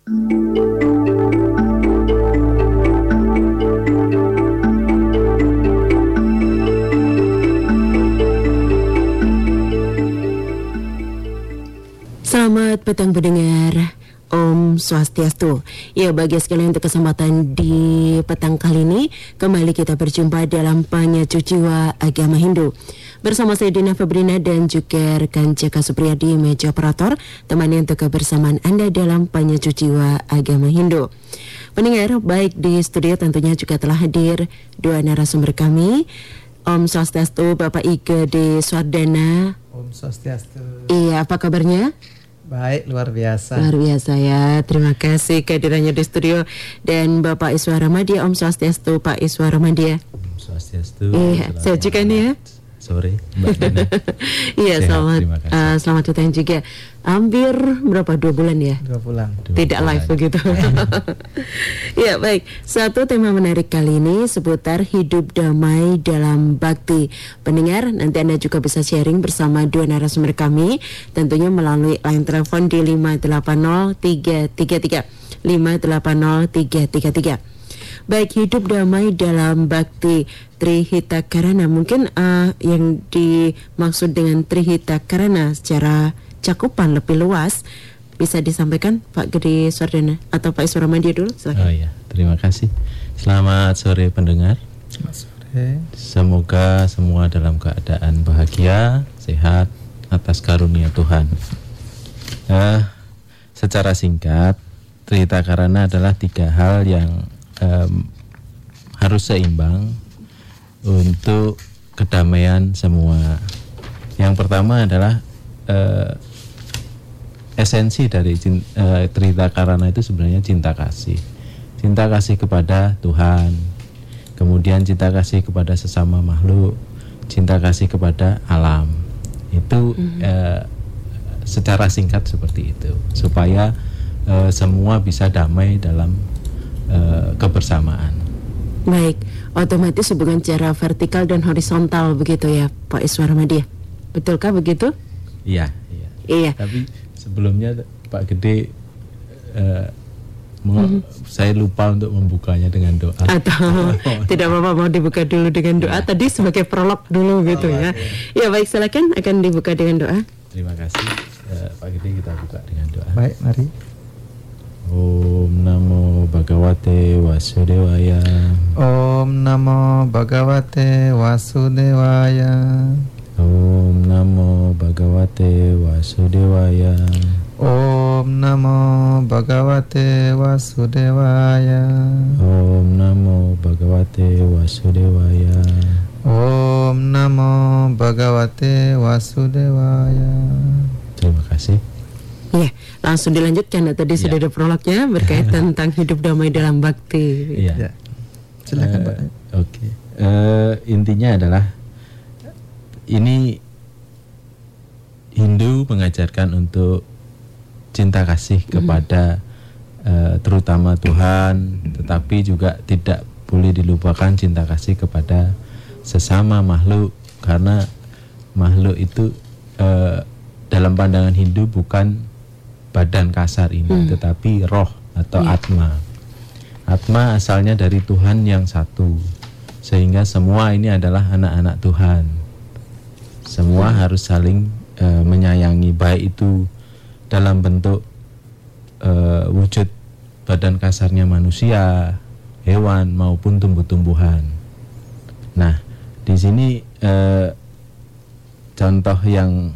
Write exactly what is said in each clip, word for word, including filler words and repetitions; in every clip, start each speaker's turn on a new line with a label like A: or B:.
A: Selamat petang pendengar, Om Swastiastu. Ya, bagi sekalian untuk kesempatan di petang kali ini, kembali kita berjumpa dalam Penyejuk Jiwa Agama Hindu. Bersama saya Dina Febrina dan juga rekan Jaka Supriyadi, meja operator, temani untuk kebersamaan Anda dalam Penyejuk Jiwa Agama Hindu. Pendengar, baik di studio tentunya juga telah hadir dua narasumber kami. Om Swastiastu, Bapak Ige de Swardana.
B: Om Swastiastu.
A: Iya, apa kabarnya?
B: Baik, luar biasa.
A: Luar biasa ya. Terima kasih kehadirannya di studio. Dan Bapak Iswara Madia. Om Swastiastu, Pak Iswara Madia.
C: Om Swastiastu.
A: Iya, saya juga nih ya.
C: Sore, Mbak Dina.
A: Iya, selamat uh, selamat datang juga. Hampir berapa, dua bulan ya?
B: Dua bulan.
A: Dua Tidak bulan. Live begitu. Ya, baik. Satu tema menarik kali ini seputar hidup damai dalam bakti. Pendengar, nanti Anda juga bisa sharing bersama dua narasumber kami, tentunya melalui line telepon di lima delapan nol tiga tiga tiga lima delapan nol tiga tiga tiga. Baik, hidup damai dalam bakti Trihita Karana. Mungkin uh, yang dimaksud dengan Trihita Karana secara cakupan lebih luas bisa disampaikan Pak Gede Swardana atau Pak Iswara Madia dulu. Silakan.
C: Oh iya, terima kasih. Selamat sore pendengar.
B: Selamat sore.
C: Semoga semua dalam keadaan bahagia, sehat atas karunia Tuhan. Uh, secara singkat, Trihita Karana adalah tiga hal yang Um, harus seimbang untuk kedamaian semua. Yang pertama adalah uh, esensi dari uh, Trihita Karana itu sebenarnya cinta kasih. Cinta kasih kepada Tuhan, kemudian cinta kasih kepada sesama makhluk, cinta kasih kepada alam. Itu mm-hmm. uh, secara singkat seperti itu, supaya uh, semua bisa damai dalam Uh, kebersamaan.
A: Baik, otomatis hubungan secara vertikal dan horizontal begitu ya Pak Iswara Madia. Betulkah begitu?
C: Iya, iya.
A: Iya.
C: Tapi sebelumnya Pak Gede uh, mm-hmm. saya lupa untuk membukanya dengan doa.
A: Atau tidak apa-apa, mau dibuka dulu dengan doa. Ya. Tadi sebagai prolog dulu gitu oh, ya. Ya. Ya baik, silakan akan dibuka dengan doa.
C: Terima kasih uh, Pak Gede, kita buka dengan doa.
B: Baik, mari.
C: Om Namo Bhagavate Vasudevaya.
B: Om Namo Bhagavate Vasudevaya.
C: Om Namo Bhagavate Vasudevaya.
B: Om Namo Bhagavate Vasudevaya.
C: Om Namo Bhagavate Vasudevaya.
B: Om Namo Bhagavate Vasudevaya.
C: Terima kasih.
A: Ya, langsung dilanjutkan. Nah, tadi ya. Sudah ada prolognya berkaitan tentang hidup damai dalam bakti.
C: Iya.
B: Ya. Silakan, Pak.
C: Uh, Oke. Okay. Uh, intinya adalah ini Hindu mengajarkan untuk cinta kasih kepada mm-hmm. uh, terutama Tuhan, tetapi juga tidak boleh dilupakan cinta kasih kepada sesama makhluk, karena makhluk itu uh, dalam pandangan Hindu bukan badan kasar ini, hmm. tetapi roh atau yeah. atma. Atma asalnya dari Tuhan yang satu, sehingga semua ini adalah anak-anak Tuhan. Semua hmm. harus saling uh, menyayangi, baik itu dalam bentuk uh, wujud badan kasarnya manusia, hewan maupun tumbuh-tumbuhan. Nah, di sini uh, contoh yang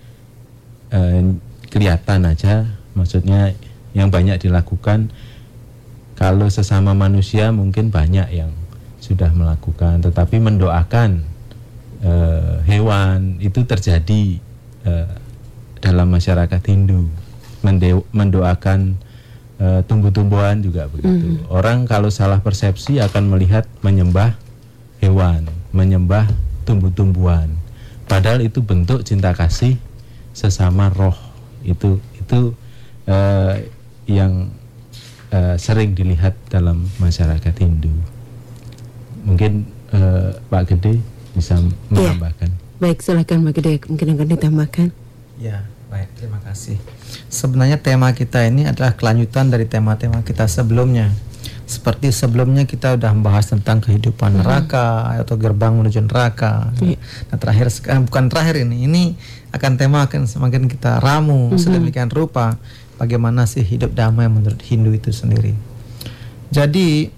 C: uh, kelihatan aja, maksudnya yang banyak dilakukan. Kalau sesama manusia mungkin banyak yang sudah melakukan, tetapi mendoakan uh, hewan itu terjadi uh, dalam masyarakat Hindu. Mende- mendoakan uh, tumbuh-tumbuhan juga begitu. Mm. Orang kalau salah persepsi akan melihat menyembah hewan, menyembah tumbuh-tumbuhan, padahal itu bentuk cinta kasih sesama roh. Itu itu uh, yang uh, sering dilihat dalam masyarakat Hindu. Mungkin uh, Pak Gede bisa menambahkan.
A: Ya. Baik, silakan Pak Gede, mungkin akan ditambahkan.
B: Ya, Baik, terima kasih. Sebenarnya tema kita ini adalah kelanjutan dari tema-tema kita sebelumnya. Seperti sebelumnya kita sudah membahas tentang kehidupan neraka atau gerbang menuju neraka. Nah, terakhir sekarang bukan terakhir ini, ini akan tema akan semakin kita ramu sedemikian rupa bagaimana sih hidup damai menurut Hindu itu sendiri. Jadi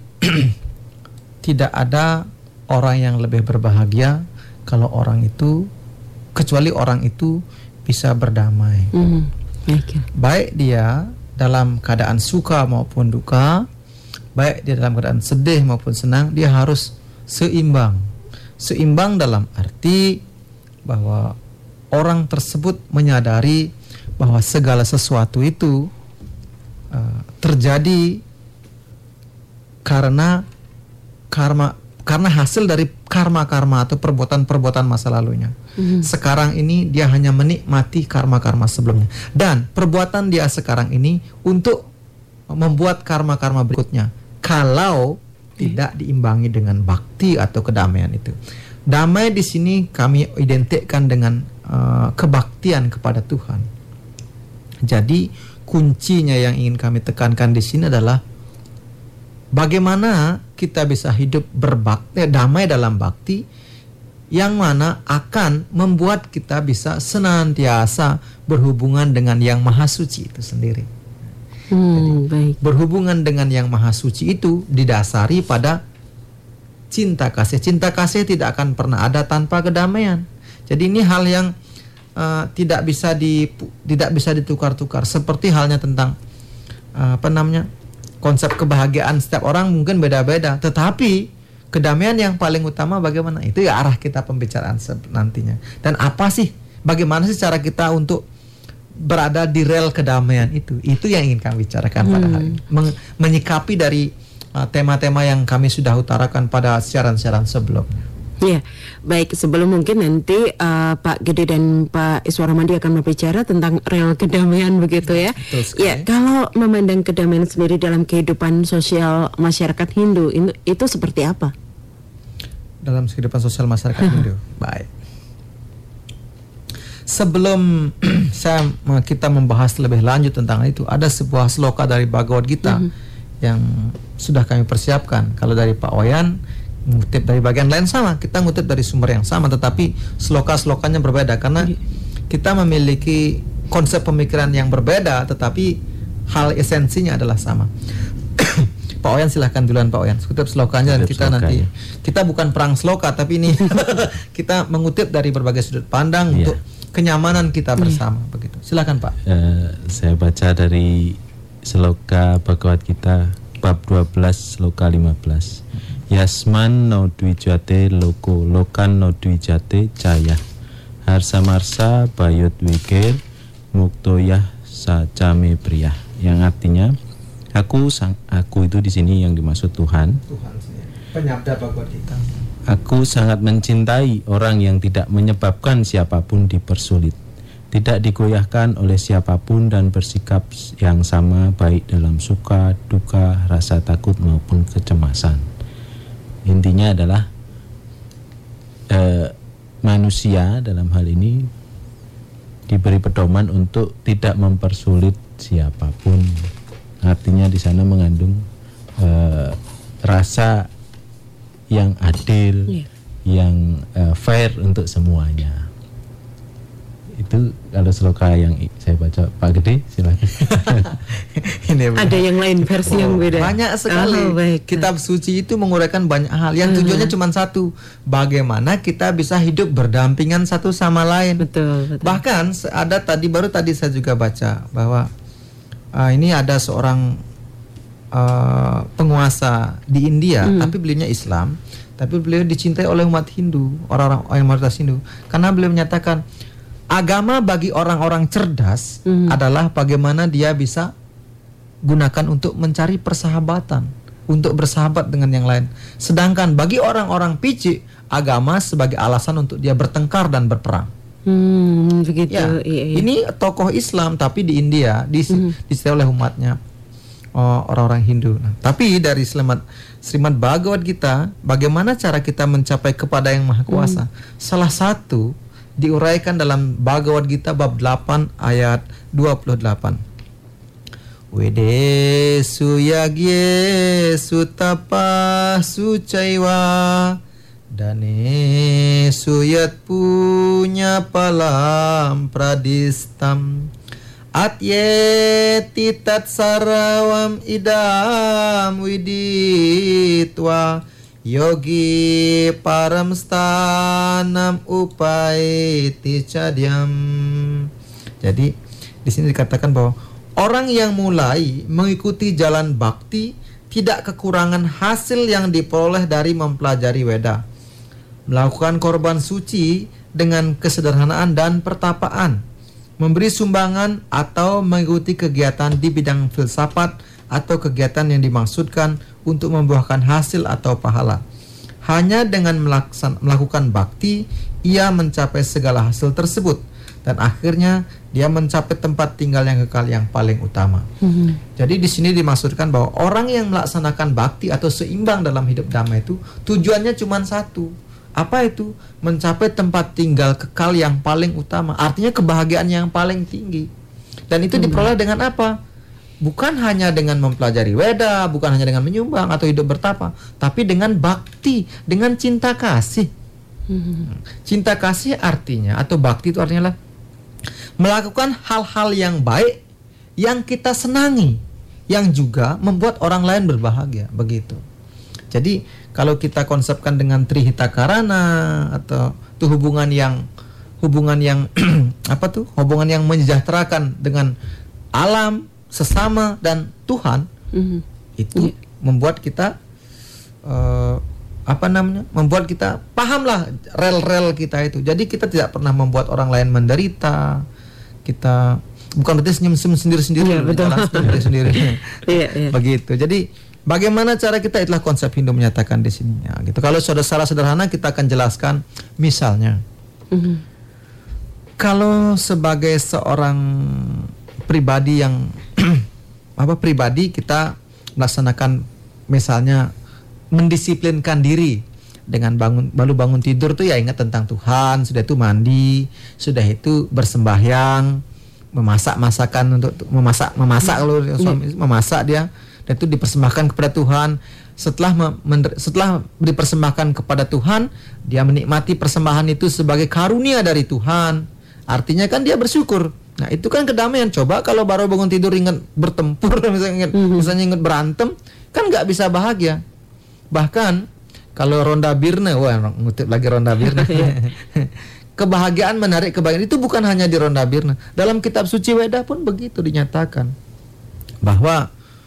B: tidak ada orang yang lebih berbahagia kalau orang itu kecuali orang itu bisa berdamai.
A: Mm, okay.
B: Baik dia dalam keadaan suka maupun duka, baik dia dalam keadaan sedih maupun senang, dia harus seimbang. Seimbang dalam arti bahwa orang tersebut menyadari bahwa segala sesuatu itu uh, terjadi karena karma karena hasil dari karma-karma atau perbuatan-perbuatan masa lalunya. Mm-hmm. Sekarang ini dia hanya menikmati karma-karma sebelumnya, dan perbuatan dia sekarang ini untuk membuat karma-karma berikutnya. Kalau tidak diimbangi dengan bakti atau kedamaian itu. Damai di sini kami identikkan dengan uh, kebaktian kepada Tuhan. Jadi kuncinya yang ingin kami tekankan di sini adalah bagaimana kita bisa hidup berbakti, damai dalam bakti, yang mana akan membuat kita bisa senantiasa berhubungan dengan Yang Maha Suci itu sendiri.
A: Hmm,
B: Jadi,
A: baik.
B: berhubungan dengan Yang Maha Suci itu didasari pada cinta kasih. Cinta kasih tidak akan pernah ada tanpa kedamaian. Jadi ini hal yang uh, tidak bisa di tidak bisa ditukar-tukar. Seperti halnya tentang uh, apa namanya konsep kebahagiaan setiap orang mungkin beda-beda. Tetapi kedamaian yang paling utama bagaimana? Itu ya arah kita pembicaraan nantinya. Dan apa sih? Bagaimana sih cara kita untuk berada di rel kedamaian itu? Itu yang ingin kami bicarakan pada hari ini. Men- menyikapi dari uh, tema-tema yang kami sudah utarakan pada siaran-siaran sebelumnya.
A: Ya, baik. Sebelum mungkin nanti uh, Pak Gede dan Pak Iswaramandi akan berbicara tentang rel kedamaian begitu ya. Ya, kalau memandang kedamaian sendiri dalam kehidupan sosial masyarakat Hindu itu, itu seperti apa?
B: Dalam kehidupan sosial masyarakat Hindu. Baik. Sebelum saya kita membahas lebih lanjut tentang itu, ada sebuah sloka dari Bhagavad Gita mm-hmm. yang sudah kami persiapkan. Kalau dari Pak Wayan ngutip dari bagian lain sama, kita ngutip dari sumber yang sama, tetapi sloka-slokanya berbeda karena kita memiliki konsep pemikiran yang berbeda, tetapi hal esensinya adalah sama. Pak Wayan silahkan duluan Pak Wayan, kutip slokanya dan kita sloka, nanti ya. Kita bukan perang sloka, tapi ini kita mengutip dari berbagai sudut pandang yeah. untuk kenyamanan kita bersama yeah. begitu. Silakan Pak.
C: Uh, saya baca dari sloka Bhagavad Gita bab dua belas sloka lima belas. Yasman no dwijate loko lokan no dwijate caya harsa marsa bayut wikir muktoyah sacame priyah, yang artinya aku sang aku itu di sini yang dimaksud Tuhan.
B: Tuhan penyabda Bhagavad Gita.
C: Aku sangat mencintai orang yang tidak menyebabkan siapapun dipersulit, tidak digoyahkan oleh siapapun, dan bersikap yang sama baik dalam suka, duka, rasa takut maupun kecemasan. Intinya adalah eh, manusia dalam hal ini diberi pedoman untuk tidak mempersulit siapapun. Artinya di sana mengandung eh, rasa yang adil, yeah. yang uh, fair untuk semuanya. Itu kalau sloka yang saya baca. Pak Gede silakan.
B: Ini
A: ada yang lain versi oh, yang beda.
B: Banyak sekali. Oh, kitab suci itu menguraikan banyak hal yang tujuannya uh-huh. cuma satu, bagaimana kita bisa hidup berdampingan satu sama lain.
A: Betul, betul.
B: Bahkan ada tadi baru tadi saya juga baca bahwa uh, ini ada seorang Uh, penguasa di India, hmm. tapi beliaunya Islam, tapi beliau dicintai oleh umat Hindu, orang-orang yang mayoritas Hindu, karena beliau menyatakan agama bagi orang-orang cerdas hmm. adalah bagaimana dia bisa gunakan untuk mencari persahabatan, untuk bersahabat dengan yang lain. Sedangkan bagi orang-orang picik, agama sebagai alasan untuk dia bertengkar dan berperang.
A: Hmm, begitu.
B: Ya,
A: iya, iya.
B: Ini tokoh Islam tapi di India dis- hmm. dicintai oleh umatnya. Oh, orang-orang Hindu. Nah, tapi dari Srimad Srimad Bhagavad Gita, bagaimana cara kita mencapai kepada Yang Maha Kuasa? Hmm. Salah satu diuraikan dalam Bhagavad Gita bab delapan ayat dua puluh delapan. Vedesu yagyesu tapasu caiva danesu yat punya palam pradistam atyeti tat sarawam idam widitwa yogi param stanam upaiti cadyam. Jadi di sini dikatakan bahwa orang yang mulai mengikuti jalan bakti tidak kekurangan hasil yang diperoleh dari mempelajari Weda, melakukan korban suci dengan kesederhanaan dan pertapaan, memberi sumbangan atau mengikuti kegiatan di bidang filsafat atau kegiatan yang dimaksudkan untuk membuahkan hasil atau pahala. Hanya dengan melaksan, melakukan bakti, ia mencapai segala hasil tersebut dan akhirnya dia mencapai tempat tinggal yang kekal yang paling utama. Mm-hmm. Jadi di sini dimaksudkan bahwa orang yang melaksanakan bakti atau seimbang dalam hidup damai itu tujuannya cuma satu. Apa itu? Mencapai tempat tinggal kekal yang paling utama. Artinya kebahagiaan yang paling tinggi. Dan itu mm-hmm. diperoleh dengan apa? Bukan hanya dengan mempelajari Weda, bukan hanya dengan menyumbang atau hidup bertapa, tapi dengan bakti, dengan cinta kasih. Hmm. Cinta kasih artinya, atau bakti itu artinya lah melakukan hal-hal yang baik yang kita senangi, yang juga membuat orang lain berbahagia, begitu. Jadi kalau kita konsepkan dengan Trihita Karana atau itu hubungan yang hubungan yang apa tuh? Hubungan yang menyejahterakan dengan alam, sesama dan Tuhan, mm-hmm. itu yeah. membuat kita uh, apa namanya membuat kita pahamlah rel-rel kita itu. Jadi kita tidak pernah membuat orang lain menderita. Kita bukan berarti senyum-senyum sendiri-sendiri, yeah, jalan sendiri-sendiri. yeah, yeah. Begitu. Jadi bagaimana cara kita, itulah konsep Hindu menyatakan di sini. Ya, gitu. Kalau sudah secara sederhana kita akan jelaskan, misalnya, mm-hmm. kalau sebagai seorang pribadi yang apa pribadi kita melaksanakan misalnya mendisiplinkan diri dengan bangun baru bangun tidur tuh ya ingat tentang Tuhan, sudah itu mandi, sudah itu bersembahyang, memasak masakan untuk memasak memasak kalau suami memasak dia dan itu dipersembahkan kepada Tuhan. Setelah men- setelah dipersembahkan kepada Tuhan, dia menikmati persembahan itu sebagai karunia dari Tuhan. Artinya kan dia bersyukur. Nah itu kan kedamaian. Coba kalau baru bangun tidur ingat bertempur, misalnya ingat, mm-hmm. misalnya ingat berantem, kan nggak bisa bahagia. Bahkan kalau ronda birna, wah ngutip lagi ronda birna. Kebahagiaan menarik kebahagiaan itu bukan hanya di ronda birna. Dalam kitab suci Weda pun begitu dinyatakan bahwa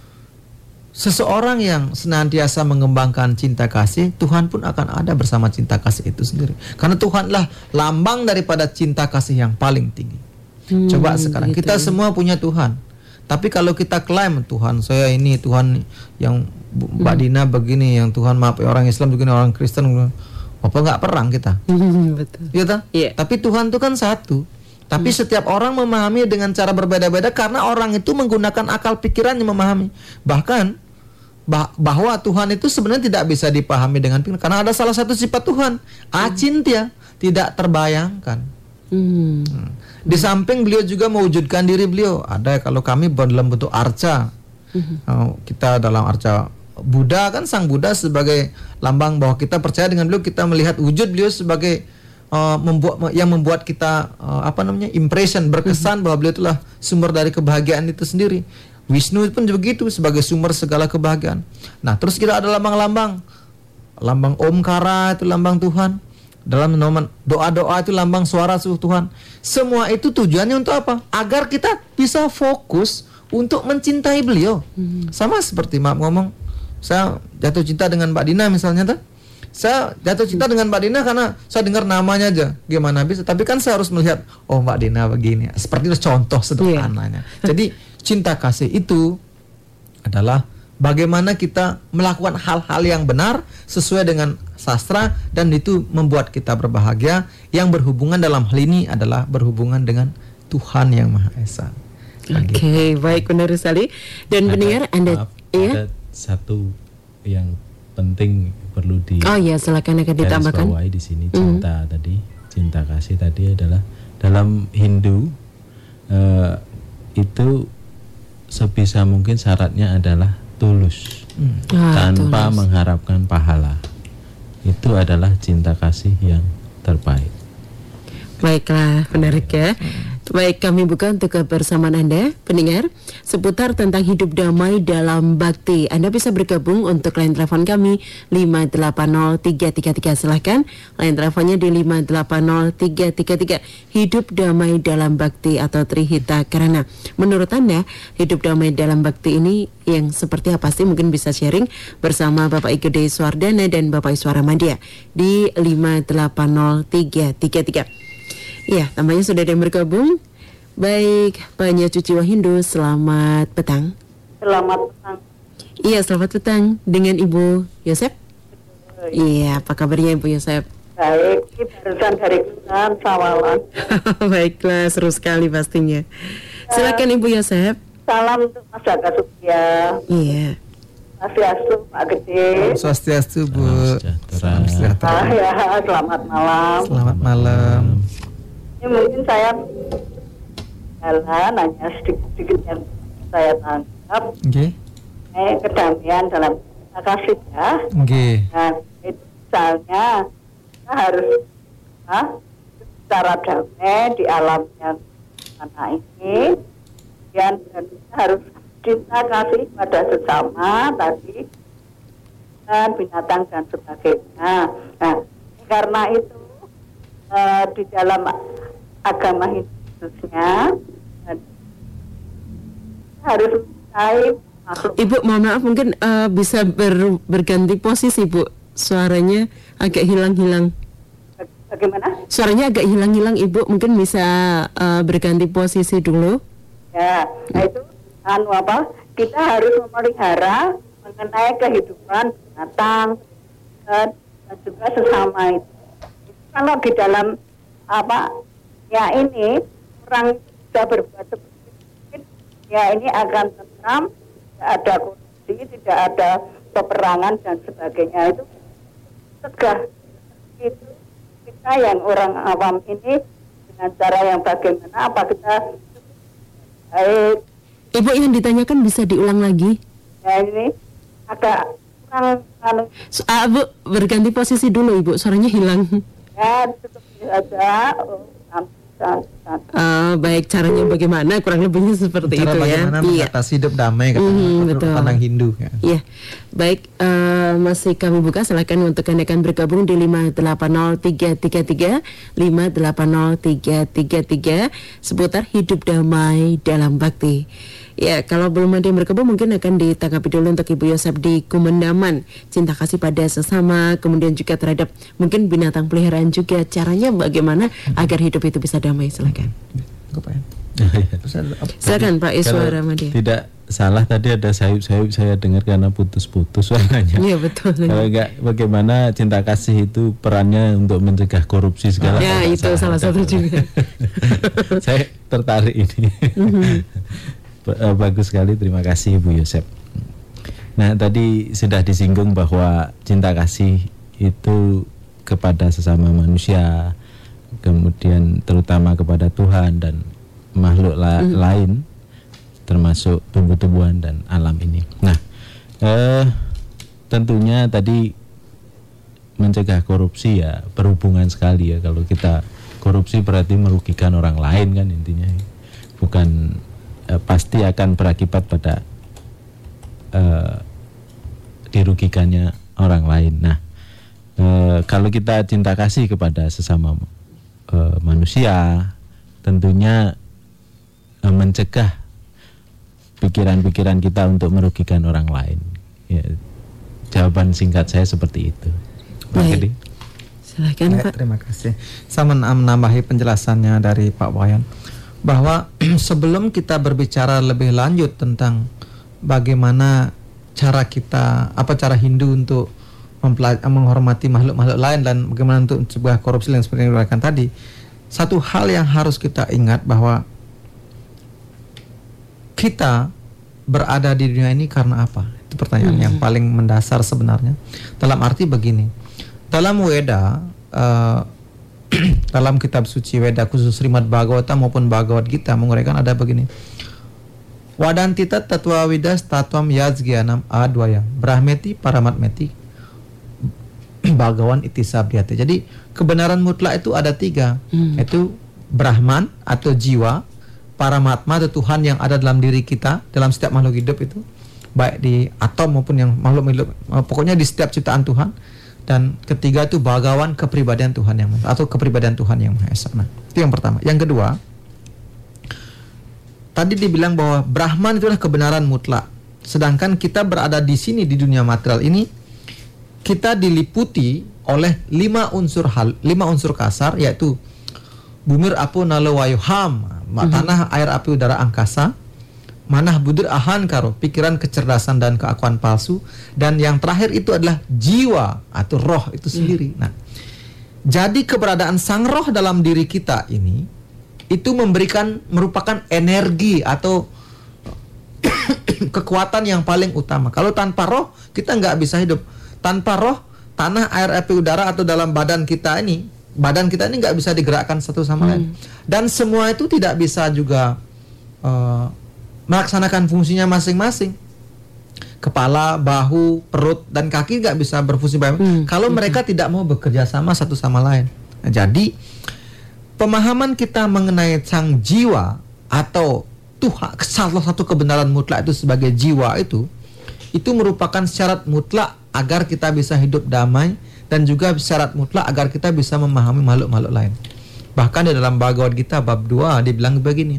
B: seseorang yang senantiasa mengembangkan cinta kasih, Tuhan pun akan ada bersama cinta kasih itu sendiri. Karena Tuhanlah lambang daripada cinta kasih yang paling tinggi. Hmm, Coba sekarang gitu. Kita semua punya Tuhan. Tapi kalau kita klaim Tuhan saya ini, Tuhan yang Mbak hmm. Dina begini, yang Tuhan maaf orang Islam begini, orang Kristen, apa nggak perang kita?
A: Hmm, betul.
B: Iya tak?
A: Yeah.
B: Tapi Tuhan itu kan satu. Tapi hmm. setiap orang memahami dengan cara berbeda-beda karena orang itu menggunakan akal pikiran yang memahami. Bahkan bah- bahwa Tuhan itu sebenarnya tidak bisa dipahami dengan pikiran karena ada salah satu sifat Tuhan, acintya, tidak terbayangkan. Hmm. Hmm. Di samping beliau juga mewujudkan diri beliau. Ada kalau kami dalam bentuk arca. Uh-huh. Kita dalam arca Buddha kan sang Buddha sebagai lambang bahwa kita percaya dengan beliau, kita melihat wujud beliau sebagai uh, membuat yang membuat kita uh, apa namanya impression, berkesan uh-huh. bahwa beliau itulah sumber dari kebahagiaan itu sendiri. Wisnu pun begitu sebagai sumber segala kebahagiaan. Nah, terus kita ada lambang-lambang. Lambang Omkara itu lambang Tuhan. Dalam doa-doa itu lambang suara Tuhan. Semua itu tujuannya untuk apa? Agar kita bisa fokus untuk mencintai beliau. Hmm. Sama seperti maaf ngomong, saya jatuh cinta dengan Mbak Dina misalnya tuh. Saya jatuh cinta dengan Mbak Dina karena saya dengar namanya aja. Gimana bisa? Tapi kan saya harus melihat, oh Mbak Dina begini. Seperti itu contoh sederhananya. Yeah. Jadi cinta kasih itu adalah bagaimana kita melakukan hal-hal yang benar sesuai dengan sastra dan itu membuat kita berbahagia. Yang berhubungan dalam hal ini adalah berhubungan dengan Tuhan yang Maha Esa.
A: Oke, okay, baik, benar sekali. Dan pendengar Anda,
C: maaf, ya? Ada satu yang penting perlu di
A: oh ya silakan akan ditambahkan
C: di sini cinta mm-hmm. tadi cinta kasih tadi adalah dalam Hindu uh, itu sebisa mungkin syaratnya adalah tulus, hmm. ah, tanpa tulus. Mengharapkan pahala. Itu adalah cinta kasih yang terbaik.
A: Baiklah, menarik ya. Baik, kami buka untuk kebersamaan Anda, pendengar, seputar tentang hidup damai dalam bakti. Anda bisa bergabung untuk line telepon kami lima delapan nol tiga tiga tiga. Silahkan, line teleponnya di lima delapan nol tiga tiga tiga. Hidup damai dalam bakti atau Trihita Karana. Menurut Anda, hidup damai dalam bakti ini yang seperti apa sih? Mungkin bisa sharing bersama Bapak Igede Swardana dan Bapak Iswara Madia di lima delapan nol tiga tiga tiga. Ya, tampaknya sudah ada yang bergabung. Baik, Pak Nyacuci Wahindu, selamat petang.
D: Selamat petang.
A: Iya, selamat petang dengan Ibu Yosep. Iya, apa kabarnya Ibu Yosep?
D: Baik, ini barusan dari Kutan, Sawalan.
A: Baiklah, seru sekali pastinya. Silakan Ibu Yosep.
D: Salam untuk Mas Jaka Sukya.
A: Iya.
D: Swastiastu Pak Gede.
B: Swastiastu Bu.
C: Salam sejahtera.
D: Ah, ya, selamat malam.
B: Selamat malam.
D: Ini mungkin saya jalan hanya sedikit-sedikit yang saya tangkap.
B: Oke. Okay.
D: Eh, kedamaian dalam cinta kasih ya.
B: Oke. Okay.
D: Nah, itu misalnya kita harus ah, secara damai di alam yang mana ini, dan, dan kita harus cinta kasih pada sesama tadi dan binatang dan sebagainya. Nah, karena itu uh, di dalam agama Hindu khususnya harus mencintai makhluk.
A: Ibu, mohon maaf mungkin uh, bisa ber, berganti posisi Bu. Suaranya agak hilang-hilang.
D: Bagaimana?
A: Suaranya agak hilang-hilang Ibu. Mungkin bisa uh, berganti posisi dulu.
D: Ya, nah itu anu apa? Kita harus memelihara mengenai kehidupan binatang dan, dan juga sesama itu. Kalau di dalam apa? Ya ini orang sudah berbuat seperti itu, ya ini akan tentram, tidak ada korupsi, tidak ada peperangan dan sebagainya. Itu tegah. Itu kita yang orang awam ini dengan cara yang bagaimana? Apa kita baik?
A: Ibu, yang ditanyakan bisa diulang lagi?
D: Ya ini agak kurang anu.
A: So, ah, Bu, berganti posisi dulu Ibu, suaranya hilang.
D: Ya cukup saja. Oh,
A: Uh, baik, caranya bagaimana, kurang lebihnya seperti
B: cara
A: itu ya.
B: Bagaimana mengatasi iya. hidup damai kata
A: mm, betul.
B: Pandang Hindu ya.
A: Iya. Baik, uh, masih kami buka, silakan untuk Anda akan bergabung di lima delapan nol tiga tiga tiga lima delapan nol tiga tiga tiga seputar hidup damai dalam bakti. Ya, kalau belum ada yang bergabung mungkin akan ditanggapi dulu untuk Ibu Yosep di Kumendaman, cinta kasih pada sesama, kemudian juga terhadap mungkin binatang peliharaan juga, caranya bagaimana agar hidup itu bisa damai. Silakan. Silakan Pak Iswara Madia.
C: Tidak salah tadi ada sayup-sayup saya dengar karena putus-putus suaranya.
A: Iya betul.
C: Kalau enggak, bagaimana cinta kasih itu perannya untuk mencegah korupsi segala.
A: Ya itu salah satu juga.
C: Saya tertarik ini. Mm-hmm. Bagus sekali, terima kasih Bu Yosep. Nah, tadi sudah disinggung bahwa cinta kasih itu kepada sesama manusia, kemudian terutama kepada Tuhan dan makhluk la- mm. lain, termasuk tumbuh-tumbuhan dan alam ini. Nah, eh, tentunya tadi mencegah korupsi ya berhubungan sekali ya. Kalau kita korupsi berarti merugikan orang lain kan intinya, bukan eh, pasti akan berakibat pada eh, dirugikannya orang lain. Nah, eh, kalau kita cinta kasih kepada sesama eh, manusia, tentunya eh, mencegah pikiran-pikiran kita untuk merugikan orang lain. Ya, jawaban singkat saya seperti itu.
A: Baik. Silakan
B: Baik,
A: Pak.
B: Terima kasih. Saya menambahi penjelasannya dari Pak Wayan bahwa sebelum kita berbicara lebih lanjut tentang bagaimana cara kita, apa cara Hindu untuk mempelaj- menghormati makhluk-makhluk lain dan bagaimana untuk sebuah korupsi yang seperti yang dikatakan tadi, satu hal yang harus kita ingat bahwa kita berada di dunia ini karena apa? Itu pertanyaan hmm. yang paling mendasar sebenarnya. Dalam arti begini, dalam Weda uh, dalam kitab suci Weda khusus Srimad Bhagavatam maupun Bhagavad Gita menguraikan ada begini. Wadantita tatwa widas tatwam yazgyanam adwayam brahmeti paramatmeti bhagawan itisabyate. Jadi kebenaran mutlak itu ada tiga, hmm. yaitu Brahman atau jiwa, Paramatma atau Tuhan yang ada dalam diri kita, dalam setiap makhluk hidup itu, baik di atom maupun yang makhluk hidup, pokoknya di setiap ciptaan Tuhan. Dan ketiga itu Bhagawan, kepribadian Tuhan yang atau kepribadian Tuhan yang Maha Esa. Nah, itu yang pertama. Yang kedua, tadi dibilang bahwa Brahman itulah kebenaran mutlak. Sedangkan kita berada di sini di dunia material ini, kita diliputi oleh lima unsur hal, lima unsur kasar, yaitu bumir apu nalo wayu ham, mm-hmm. tanah, air, api, udara, angkasa, manah budur ahan karo, pikiran, kecerdasan dan keakuan palsu, dan yang terakhir itu adalah jiwa atau roh itu sendiri. Mm. Nah, jadi keberadaan sang roh dalam diri kita ini itu memberikan merupakan energi atau kekuatan yang paling utama. Kalau tanpa roh kita nggak bisa hidup. Tanpa roh, tanah, air, api, udara atau dalam badan kita ini, badan kita ini nggak bisa digerakkan satu sama lain. Hmm. Dan semua itu tidak bisa juga uh, melaksanakan fungsinya masing-masing. Kepala, bahu, perut, dan kaki nggak bisa berfungsi baik hmm. kalau hmm. mereka tidak mau bekerja sama satu sama lain. Nah, jadi pemahaman kita mengenai sang jiwa atau Tuhan, salah satu kebenaran mutlak itu sebagai jiwa itu, itu merupakan syarat mutlak agar kita bisa hidup damai dan juga syarat mutlak agar kita bisa memahami makhluk-makhluk lain. Bahkan di dalam Bhagavad Gita bab dua dibilang begini,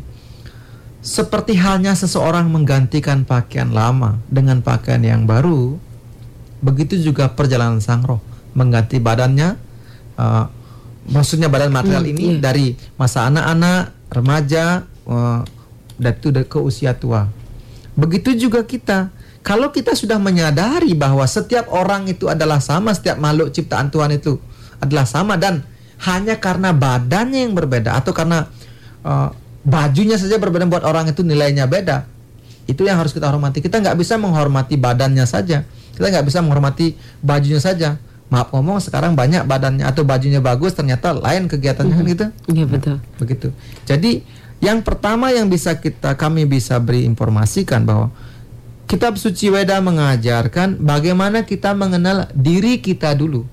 B: seperti halnya seseorang menggantikan pakaian lama dengan pakaian yang baru, begitu juga perjalanan sang roh mengganti badannya, uh, maksudnya badan material hmm, ini yeah. dari masa anak-anak, remaja, uh, dan itu ke usia tua. Begitu juga kita. Kalau kita sudah menyadari bahwa setiap orang itu adalah sama, setiap makhluk ciptaan Tuhan itu adalah sama, dan hanya karena badannya yang berbeda atau karena uh, bajunya saja berbeda buat orang itu nilainya beda, itu yang harus kita hormati. Kita nggak bisa menghormati badannya saja, kita nggak bisa menghormati bajunya saja. Maaf ngomong, sekarang banyak badannya atau bajunya bagus ternyata lain kegiatannya, mm-hmm. kan gitu.
A: Iya betul.
B: Nah, begitu. Jadi yang pertama yang bisa kita kami bisa beri informasikan bahwa Kitab Suci Weda mengajarkan bagaimana kita mengenal diri kita dulu.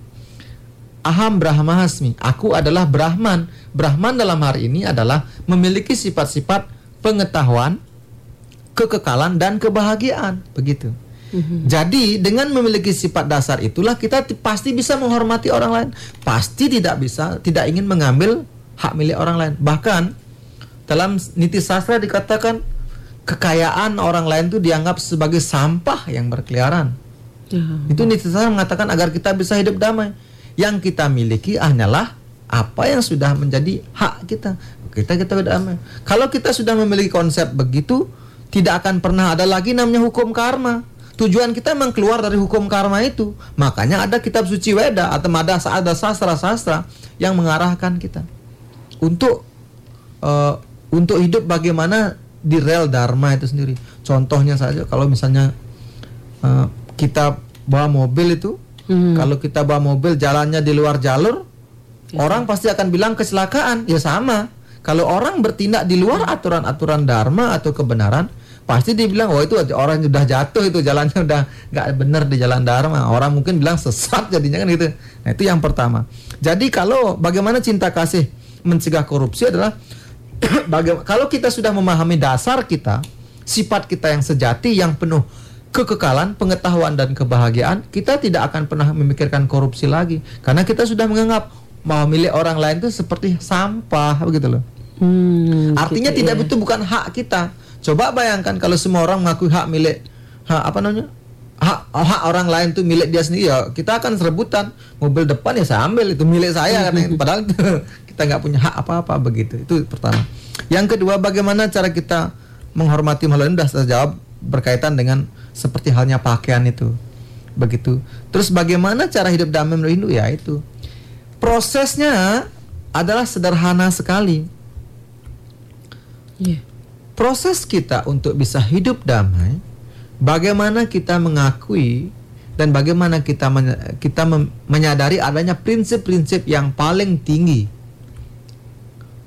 B: Aham Brahmasmi, aku adalah Brahman. Brahman dalam hari ini adalah memiliki sifat-sifat pengetahuan, kekekalan, dan kebahagiaan. Begitu. Mm-hmm. Jadi dengan memiliki sifat dasar itulah kita t- pasti bisa menghormati orang lain. Pasti tidak bisa, tidak ingin mengambil hak milik orang lain. Bahkan dalam niti sastra dikatakan kekayaan orang lain itu dianggap sebagai sampah yang berkeliaran. Uh-huh. Itu niti sastra mengatakan agar kita bisa hidup damai. Yang kita miliki hanyalah apa yang sudah menjadi hak kita. Kita kita damai. Kalau kita sudah memiliki konsep begitu, tidak akan pernah ada lagi namanya hukum karma. Tujuan kita memang keluar dari hukum karma itu. Makanya ada kitab suci Weda atau ada ada sastra-sastra yang mengarahkan kita untuk uh, untuk hidup bagaimana di rel dharma itu sendiri. Contohnya saja kalau misalnya uh, kita bawa mobil itu, hmm. kalau kita bawa mobil jalannya di luar jalur, ya. Orang pasti akan bilang kecelakaan. Ya sama. Kalau orang bertindak di luar aturan-aturan dharma atau kebenaran, pasti dibilang, oh itu orang sudah jatuh, itu jalannya udah nggak benar di jalan dharma. Orang mungkin bilang sesat jadinya kan gitu. Nah itu yang pertama. Jadi kalau bagaimana cinta kasih mencegah korupsi adalah Bagaimana, kalau kita sudah memahami dasar kita, sifat kita yang sejati, yang penuh kekekalan, pengetahuan, dan kebahagiaan, kita tidak akan pernah memikirkan korupsi lagi. Karena kita sudah menganggap mau milik orang lain itu seperti sampah, begitu loh. Hmm, Artinya gitu, tidak ya. Itu bukan hak kita. Coba bayangkan kalau semua orang mengakui hak milik, hak apa namanya, hak, hak orang lain itu milik dia sendiri, ya kita akan rebutan. Mobil depan ya saya ambil, itu milik saya, karena padahal itu kita nggak punya hak apa-apa, begitu. Itu pertama. Yang kedua, bagaimana cara kita menghormati makhluk ini, sudah jawab berkaitan dengan seperti halnya pakaian itu, begitu. Terus bagaimana cara hidup damai menurut Hindu, ya itu prosesnya adalah sederhana sekali. Yeah. Proses kita untuk bisa hidup damai, bagaimana kita mengakui dan bagaimana kita men- kita mem- menyadari adanya prinsip-prinsip yang paling tinggi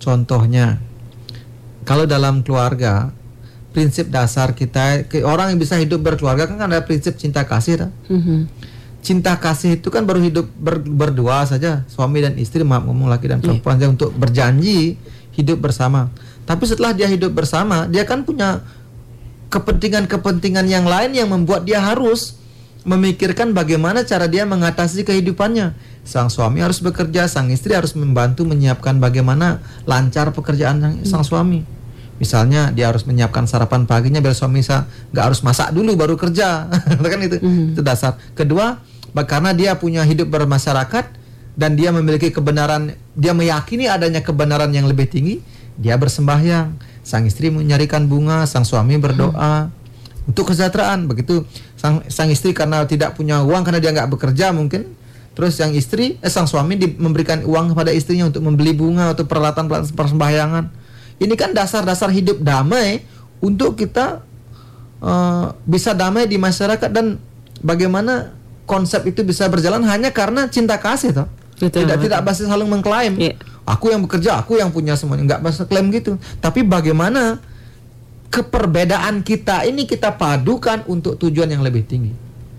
B: Contohnya, kalau dalam keluarga, prinsip dasar kita, orang yang bisa hidup berkeluarga kan ada prinsip cinta kasih.
A: Mm-hmm.
B: Cinta kasih itu kan baru hidup ber, berdua saja, suami dan istri, maaf ngomong laki dan perempuan, yeah. untuk berjanji hidup bersama. Tapi setelah dia hidup bersama, dia kan punya kepentingan-kepentingan yang lain yang membuat dia harus memikirkan bagaimana cara dia mengatasi kehidupannya. Sang suami harus bekerja, sang istri harus membantu menyiapkan bagaimana lancar pekerjaan sang suami. Misalnya dia harus menyiapkan sarapan paginya biar suami bisa nggak harus masak dulu baru kerja. Kan itu, mm. itu dasar. Kedua, karena dia punya hidup bermasyarakat dan dia memiliki kebenaran, dia meyakini adanya kebenaran yang lebih tinggi, dia bersembahyang. Sang istri menyarikan bunga, sang suami berdoa mm. untuk kesejahteraan. Begitu sang, sang istri karena tidak punya uang karena dia nggak bekerja mungkin. Terus yang istri, eh, sang suami di, memberikan uang kepada istrinya untuk membeli bunga atau peralatan persembahyangan. Ini kan dasar-dasar hidup damai untuk kita uh, bisa damai di masyarakat, dan bagaimana konsep itu bisa berjalan hanya karena cinta kasih, toh. Betul, tidak betul. Tidak pasti saling mengklaim. Yeah. Aku yang bekerja, aku yang punya semuanya, nggak bisa klaim gitu. Tapi bagaimana keperbedaan kita ini kita padukan untuk tujuan yang lebih tinggi.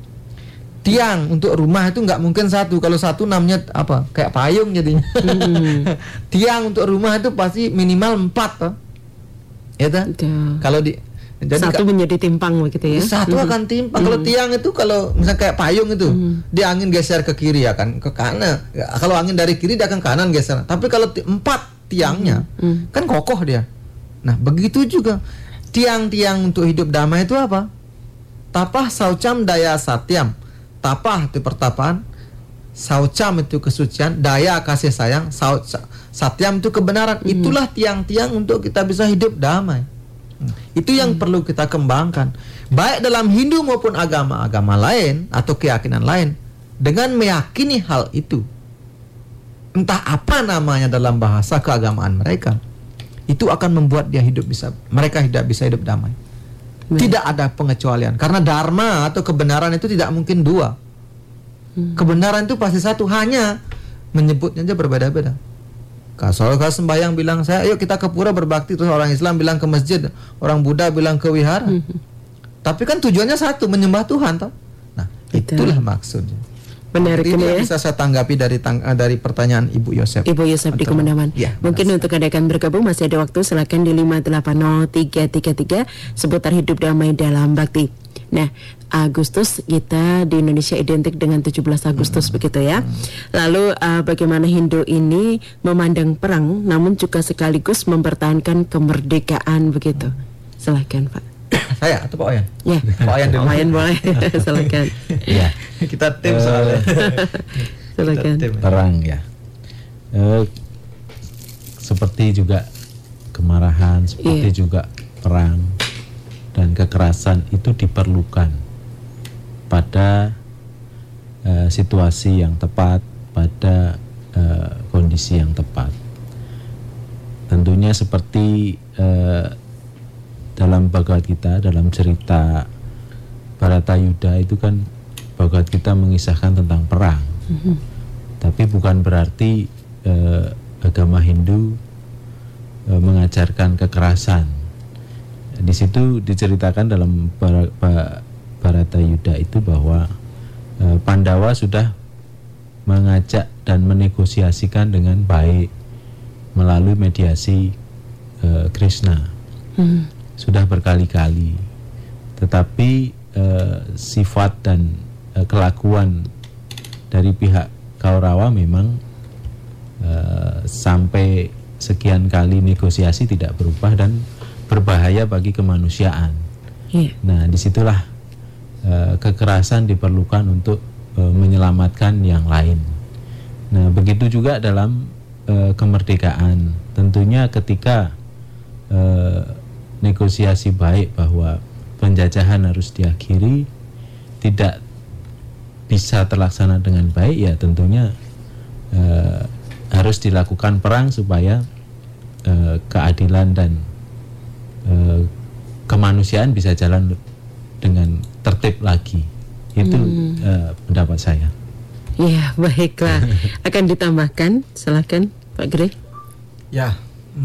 B: Tiang untuk rumah itu nggak mungkin satu. Kalau satu namanya apa? Kayak payung jadinya. Hmm. Tiang untuk rumah itu pasti minimal empat, toh. Ya toh? Kalau di jadi
A: satu ka, menjadi timpang begitu ya.
B: Satu hmm. akan timpang. Hmm. Kalau tiang itu kalau misalnya kayak payung itu, hmm. dia angin geser ke kiri akan ke kanan. Kalau angin dari kiri dia akan kanan geser. Tapi kalau ti- empat tiangnya hmm. Hmm. kan kokoh dia. Nah, begitu juga tiang-tiang untuk hidup damai itu apa? Tapah saucam daya satyam. Tapah itu pertapaan, saucam itu kesucian, daya kasih sayang, sau, satyam itu kebenaran. Mm. Itulah tiang-tiang untuk kita bisa hidup damai. Itu yang mm. perlu kita kembangkan, baik dalam Hindu maupun agama-agama lain atau keyakinan lain. Dengan meyakini hal itu, entah apa namanya dalam bahasa keagamaan mereka, itu akan membuat dia hidup bisa, mereka tidak bisa hidup damai. Tidak ada pengecualian, karena dharma atau kebenaran itu tidak mungkin dua. hmm. Kebenaran itu pasti satu, hanya menyebutnya aja berbeda-beda. Kalau sembahyang bilang saya, ayo kita ke pura berbakti, terus orang Islam bilang ke masjid, orang Buddha bilang ke wihara. hmm. Tapi kan tujuannya satu, menyembah Tuhan, toh. Nah,
A: Betul.
B: itulah maksudnya.
A: Benar,
B: ini
A: ya?
B: Bisa saya tanggapi dari tang- dari pertanyaan Ibu Yosef.
A: Ibu Yosef di Kemendaman.
B: Ya,
A: mungkin untuk Anda yang bergabung masih ada waktu, silakan di lima delapan nol tiga tiga tiga seputar hidup damai dalam bakti. Nah, Agustus kita di Indonesia identik dengan tujuh belas Agustus, hmm. begitu ya. Lalu uh, bagaimana Hindu ini memandang perang namun juga sekaligus mempertahankan kemerdekaan begitu. Silakan, Pak.
B: Saya atau Pak Oyan?
A: Ya,
B: Pak Oyan dulu.
A: Pak Oyan boleh. Silakan.
C: Iya.
B: Kita tim soalnya.
A: Silakan.
C: Perang ya. E, seperti juga kemarahan, seperti yeah. juga perang dan kekerasan itu diperlukan pada e, situasi yang tepat, pada e, kondisi yang tepat. Tentunya seperti e, dalam Bhagavad Gita, dalam cerita Bharatayuddha itu kan Bhagavad Gita mengisahkan tentang perang. Mm-hmm. Tapi bukan berarti eh, agama Hindu eh, mengajarkan kekerasan. Di situ diceritakan dalam Bharatayuddha itu bahwa eh, Pandawa sudah mengajak dan menegosiasikan dengan baik melalui mediasi eh, Krishna. Mm-hmm. Sudah berkali-kali, tetapi eh, sifat dan eh, kelakuan dari pihak Kaurawa memang eh, sampai sekian kali negosiasi tidak berubah dan berbahaya bagi kemanusiaan. Yeah. Nah, disitulah eh, kekerasan diperlukan untuk eh, menyelamatkan yang lain. Nah, begitu juga dalam eh, kemerdekaan. Tentunya ketika eh, negosiasi baik bahwa penjajahan harus diakhiri, tidak bisa terlaksana dengan baik, ya tentunya eh, harus dilakukan perang supaya eh, keadilan dan eh, kemanusiaan bisa jalan dengan tertib lagi. Itu hmm. eh, pendapat saya.
A: Ya, baiklah. Akan ditambahkan, silakan Pak Greg.
B: Ya,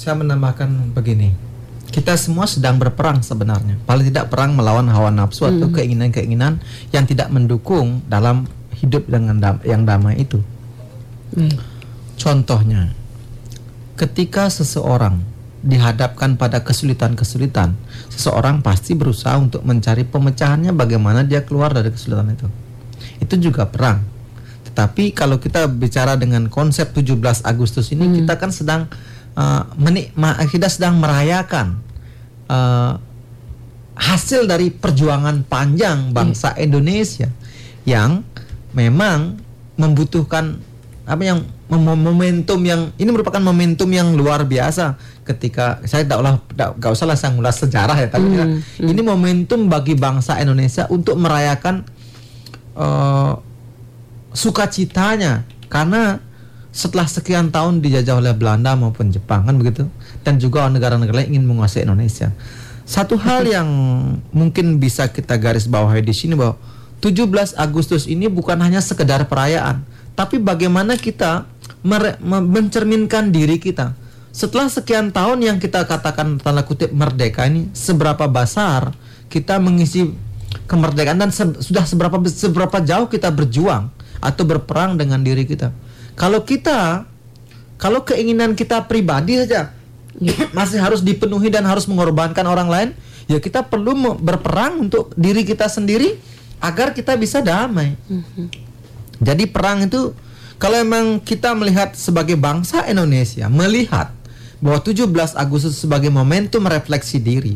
B: saya menambahkan begini. Kita semua sedang berperang sebenarnya. Paling tidak perang melawan hawa nafsu atau
A: Hmm.
B: keinginan-keinginan yang tidak mendukung dalam hidup dengan dam- yang damai itu.
A: Baik.
B: Contohnya, ketika seseorang dihadapkan pada kesulitan-kesulitan, seseorang pasti berusaha untuk mencari pemecahannya, bagaimana dia keluar dari kesulitan itu. Itu juga perang. Tetapi kalau kita bicara dengan konsep tujuh belas Agustus ini,
A: Hmm.
B: kita kan sedang uh, menikma, kita sedang merayakan uh, hasil dari perjuangan panjang bangsa Indonesia yang memang membutuhkan apa yang mem- momentum yang ini merupakan momentum yang luar biasa. Ketika saya tidak ulah tidak usah lah saya ngulas sejarah ya, tapi
A: Hmm,
B: ya,
A: hmm.
B: ini momentum bagi bangsa Indonesia untuk merayakan uh, sukacitanya karena setelah sekian tahun dijajah oleh Belanda maupun Jepang, kan begitu, dan juga negara-negara lain ingin menguasai Indonesia. Satu hal yang mungkin bisa kita garis bawahi di sini bahwa tujuh belas Agustus ini bukan hanya sekedar perayaan, tapi bagaimana kita mere- me- mencerminkan diri kita setelah sekian tahun yang kita katakan tanda kutip merdeka ini, seberapa besar kita mengisi kemerdekaan dan se- sudah seberapa seberapa jauh kita berjuang atau berperang dengan diri kita. Kalau kita, kalau keinginan kita pribadi saja masih harus dipenuhi dan harus mengorbankan orang lain, ya kita perlu me- berperang untuk diri kita sendiri agar kita bisa damai. Jadi perang itu, kalau memang kita melihat sebagai bangsa Indonesia, melihat bahwa tujuh belas Agustus sebagai momentum refleksi diri,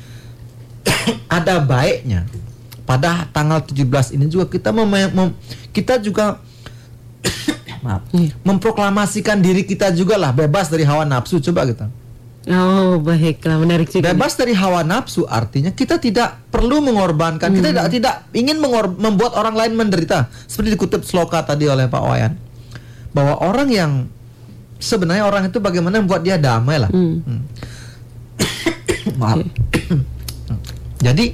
B: ada baiknya pada tanggal tujuh belas ini juga kita mem- mem- kita juga maaf, memproklamasikan diri kita juga lah bebas dari hawa nafsu. Coba kita
A: Oh, baiklah, menarik juga.
B: bebas dari hawa nafsu artinya kita tidak perlu mengorbankan, kita tidak tidak ingin mengor- membuat orang lain menderita. Seperti dikutip sloka tadi oleh Pak Wayan, bahwa orang yang sebenarnya orang itu bagaimana membuat dia damai lah.
A: Hmm.
B: Hmm. Maaf. Jadi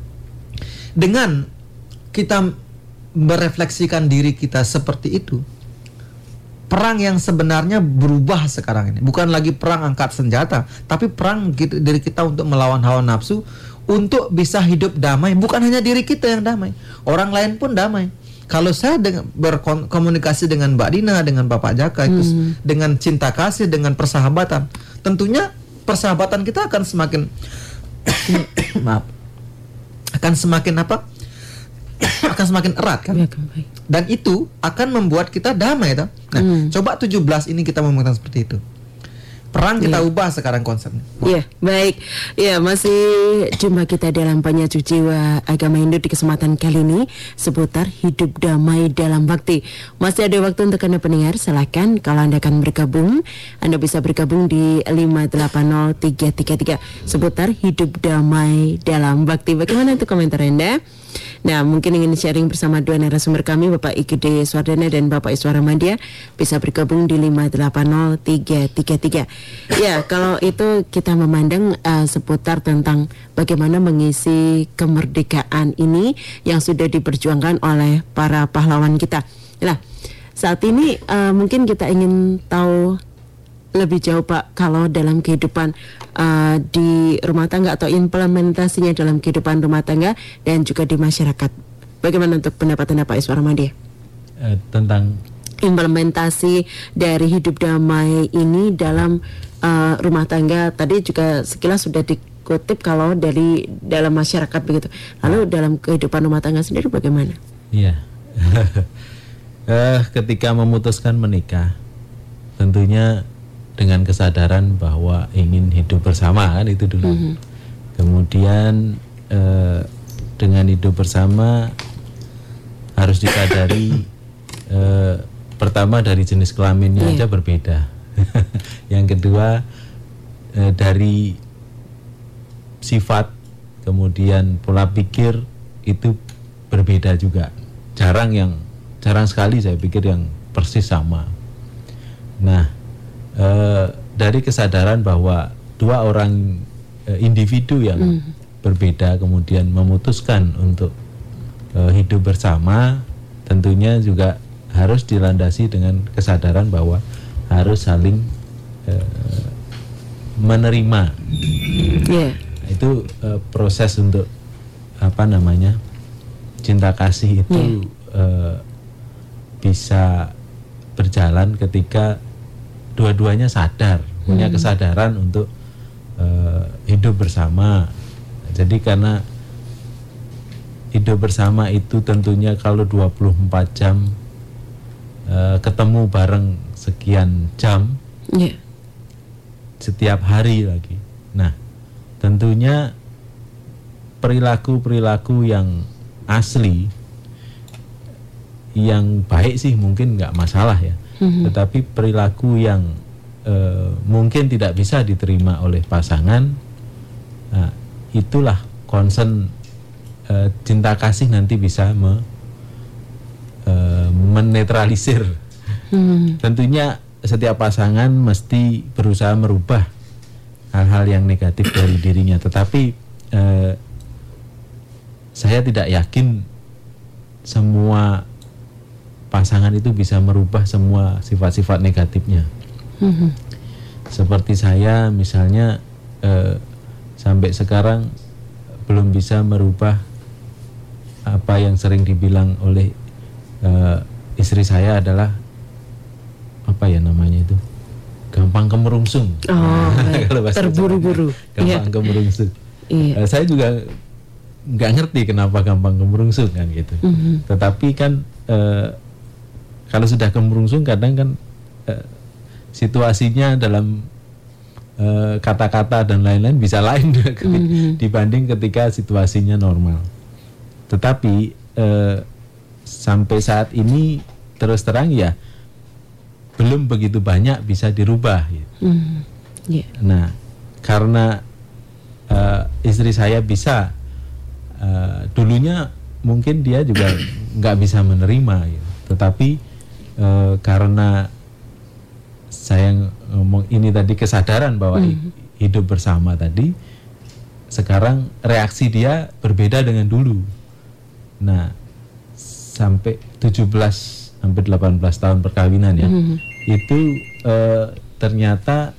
B: dengan kita merefleksikan diri kita seperti itu, perang yang sebenarnya berubah sekarang ini. Bukan lagi perang angkat senjata, tapi perang gitu, diri kita untuk melawan hawa nafsu, untuk bisa hidup damai. Bukan hanya diri kita yang damai, orang lain pun damai. Kalau saya dengan berkomunikasi dengan Mbak Dina, dengan Bapak Jaka itu
A: Hmm.
B: dengan cinta kasih, dengan persahabatan, tentunya persahabatan kita akan semakin maaf, akan semakin apa? akan semakin erat kan?
A: Ya, kan, baik.
B: Dan itu akan membuat kita damai toh. Nah,
A: Hmm.
B: coba tujuh belas ini kita memikirkan seperti itu. Perang kita
A: Iya.
B: ubah sekarang konsepnya.
A: Iya, baik. Ya, masih jumpa kita dalam Penyacu Jiwa Agama Hindu di kesempatan kali ini seputar hidup damai dalam bakti. Masih ada waktu untuk Anda pendengar, silakan kalau Anda akan bergabung, Anda bisa bergabung di lima delapan nol tiga tiga tiga seputar hidup damai dalam bakti. Bagaimana untuk komentar Anda? Nah, mungkin ingin sharing bersama dua narasumber kami, Bapak Igede Swardana dan Bapak Iswara Mandia, bisa bergabung di lima delapan nol tiga tiga tiga. Ya, kalau itu kita memandang uh, seputar tentang bagaimana mengisi kemerdekaan ini yang sudah diperjuangkan oleh para pahlawan kita. Nah, saat ini uh, mungkin kita ingin tahu lebih jauh Pak, kalau dalam kehidupan uh, di rumah tangga atau implementasinya dalam kehidupan rumah tangga dan juga di masyarakat, bagaimana untuk pendapat Anda Pak Iswara Mandia?
C: Eh, tentang
A: Implementasi dari hidup damai ini dalam uh, rumah tangga, tadi juga sekilas sudah dikutip kalau dari dalam masyarakat begitu. Lalu dalam kehidupan rumah tangga sendiri bagaimana?
C: Iya. eh, ketika memutuskan menikah, tentunya dengan kesadaran bahwa ingin hidup bersama, kan itu dulu.
A: Mhm.
C: Kemudian eh, dengan hidup bersama harus disadari eh, pertama dari jenis kelaminnya
A: Iya.
C: aja berbeda. Yang kedua eh, dari sifat, kemudian pola pikir itu berbeda juga. Jarang yang jarang sekali saya pikir yang persis sama. Nah, eh, dari kesadaran bahwa dua orang eh, individu yang
A: Mm.
C: berbeda kemudian memutuskan untuk eh, hidup bersama, tentunya juga harus dilandasi dengan kesadaran bahwa harus saling eh, menerima.
A: Yeah.
C: Nah, itu uh, proses untuk apa namanya cinta kasih itu yeah. uh, bisa berjalan ketika dua-duanya sadar, hmm. punya kesadaran untuk uh, hidup bersama. Jadi karena hidup bersama itu tentunya kalau dua puluh empat jam uh, ketemu bareng sekian jam, yeah. setiap hari lagi. Nah, tentunya perilaku-perilaku yang asli, yang baik sih mungkin nggak masalah ya. Mm-hmm. Tetapi perilaku yang uh, mungkin tidak bisa diterima oleh pasangan, nah, itulah concern uh, cinta kasih nanti bisa me, uh, menetralisir. Hmm. Tentunya setiap pasangan mesti berusaha merubah hal-hal yang negatif dari dirinya, tetapi eh, saya tidak yakin semua pasangan itu bisa merubah semua sifat-sifat negatifnya. Hmm. Seperti saya misalnya eh, sampai sekarang belum bisa merubah apa yang sering dibilang oleh eh, istri saya adalah apa ya namanya itu, gampang kemerungsung. Oh, nah, terburu-buru, gampang yeah. kemerungsung. Yeah. Uh, saya juga nggak ngerti kenapa gampang kemerungsung kan gitu. Mm-hmm. Tetapi kan uh, kalau sudah kemerungsung kadang kan uh, situasinya dalam uh, kata-kata dan lain-lain bisa lain mm-hmm. dibanding ketika situasinya normal. Tetapi uh, sampai saat ini terus terang ya belum begitu banyak bisa dirubah. Gitu. Mm, yeah. Nah, karena uh, istri saya bisa, uh, dulunya mungkin dia juga nggak bisa menerima. Gitu. Tetapi uh, karena saya ngomong ini tadi kesadaran bahwa mm. hidup bersama tadi, sekarang reaksi dia berbeda dengan dulu. Nah, sampai tujuh belas hampir delapan belas tahun perkawinan ya. Mm. Itu uh, ternyata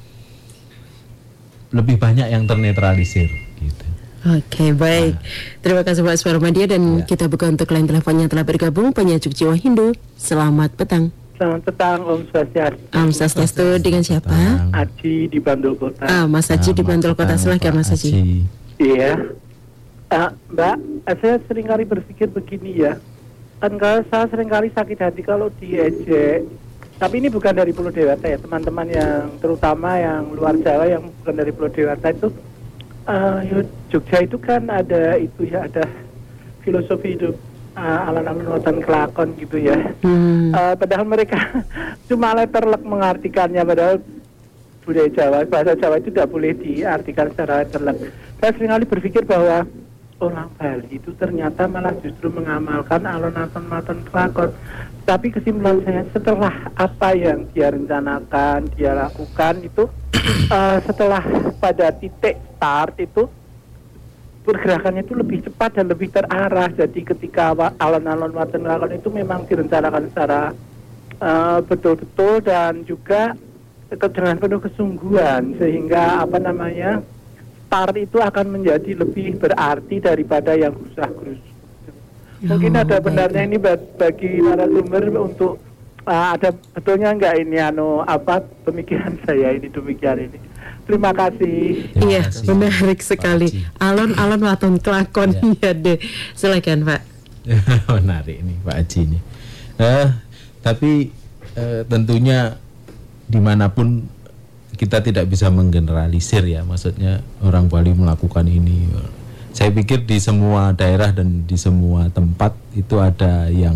C: lebih banyak yang ternetralisir gitu.
A: Oke, okay, baik. Nah. Terima kasih Pak Suparmadia dan ya. Kita buka untuk line teleponnya telah bergabung penyajuk jiwa Hindu. Selamat petang.
E: Selamat petang, Om Swastiastu.
A: Om Swastiastu, dengan siapa?
E: Aji di Bantul Kota.
A: Ah, Mas Aji di Bantul Kota, silakan Mas Aji.
E: Iya. Uh, Mbak, saya seringkali berpikir begini ya. Kan kalau saya seringkali sakit hati kalau diejek. Tapi ini bukan dari Pulau Dewata ya, teman-teman yang terutama yang luar Jawa yang bukan dari Pulau Dewata itu, uh, Jogja itu kan ada itu ya, ada filosofi hidup uh, alon-alon wonten kelakon gitu ya. Hmm. Uh, padahal mereka cuma letterlek mengartikannya, padahal budaya Jawa, bahasa Jawa itu tidak boleh diartikan secara letterlek. Saya seringkali berpikir bahwa orang Bali itu ternyata malah justru mengamalkan alon-alon wonten kelakon. Tapi kesimpulan saya setelah apa yang dia rencanakan, dia lakukan itu uh, setelah pada titik start itu pergerakannya itu lebih cepat dan lebih terarah. Jadi ketika alon-alon wonten kelakon itu memang direncanakan secara uh, betul-betul dan juga dengan penuh kesungguhan, sehingga apa namanya start itu akan menjadi lebih berarti daripada yang gusah-gerus. Mungkin oh, ada benarnya ini bagi narasumber untuk uh, ada betulnya enggak ini anu apa pemikiran saya ini demikian ini. Terima kasih.
A: Iya, menarik sekali. Alon-alon waton kelakon ya, ya deh. Silakan Pak.
C: Menarik ini Pak Haji ini. Uh, tapi uh, tentunya dimanapun kita tidak bisa menggeneralisir ya, maksudnya orang Bali melakukan ini. Saya pikir di semua daerah dan di semua tempat itu ada yang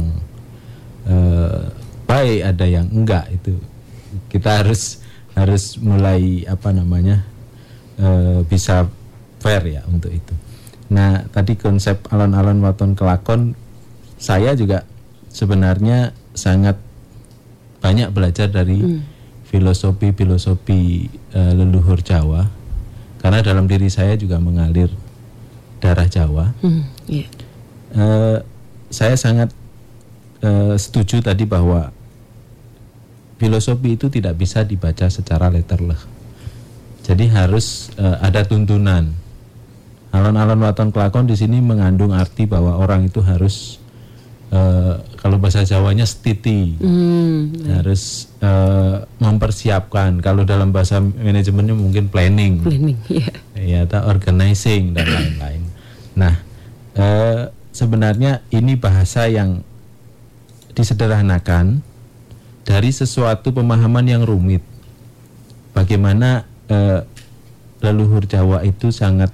C: eh, baik, ada yang enggak. Itu kita harus harus mulai apa namanya eh, bisa fair ya untuk itu. Nah tadi konsep alon-alon waton kelakon, saya juga sebenarnya sangat banyak belajar dari hmm. filosofi-filosofi uh, leluhur Jawa, karena dalam diri saya juga mengalir darah Jawa. Hmm, yeah. uh, saya sangat uh, setuju tadi bahwa filosofi itu tidak bisa dibaca secara letterlek. Jadi harus uh, ada tuntunan. Alon-alon waton kelakon di sini mengandung arti bahwa orang itu harus uh, kalau bahasa Jawanya stiti, hmm, harus uh, mempersiapkan. Kalau dalam bahasa manajemennya mungkin planning,
A: planning, yeah.
C: ya, atau organizing dan lain-lain. Nah, uh, sebenarnya ini bahasa yang disederhanakan dari sesuatu pemahaman yang rumit. Bagaimana uh, leluhur Jawa itu sangat